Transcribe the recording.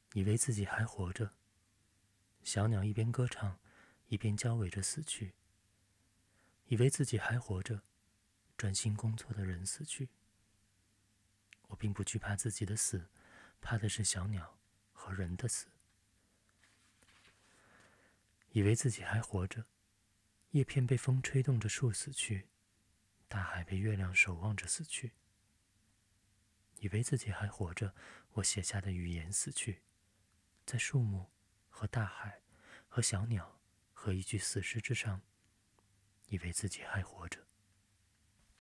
以为自己还活着。小鸟一边歌唱，一边交尾着死去。以为自己还活着，专心工作的人死去。我并不惧怕自己的死，怕的是小鸟和人的死。以为自己还活着，叶片被风吹动着树死去，大海被月亮守望着死去。以为自己还活着，我写下的语言死去，在树木和大海和小鸟和一具死尸之上，以为自己还活着。